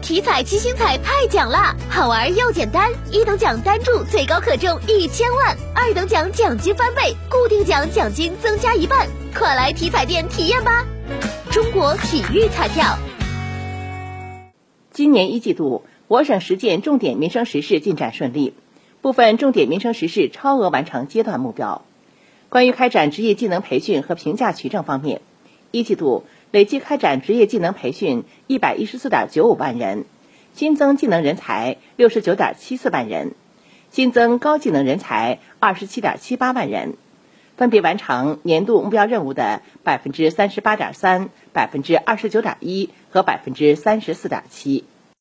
体彩七星彩太奖啦，好玩又简单，一等奖单注最高可中1000万，二等奖奖金翻倍，固定奖奖金增加1半，快来体彩店体验吧！中国体育彩票。 今年1季度，我省10件重点民生实事进展顺利，部分重点民生实事超额完成阶段目标。关于开展职业技能培训和评价取证方面，1季度累计开展职业技能培训114.95万人，新增技能人才69.74万人，新增高技能人才27.78万人，分别完成年度目标任务的38.3%、29.1%和34.7%。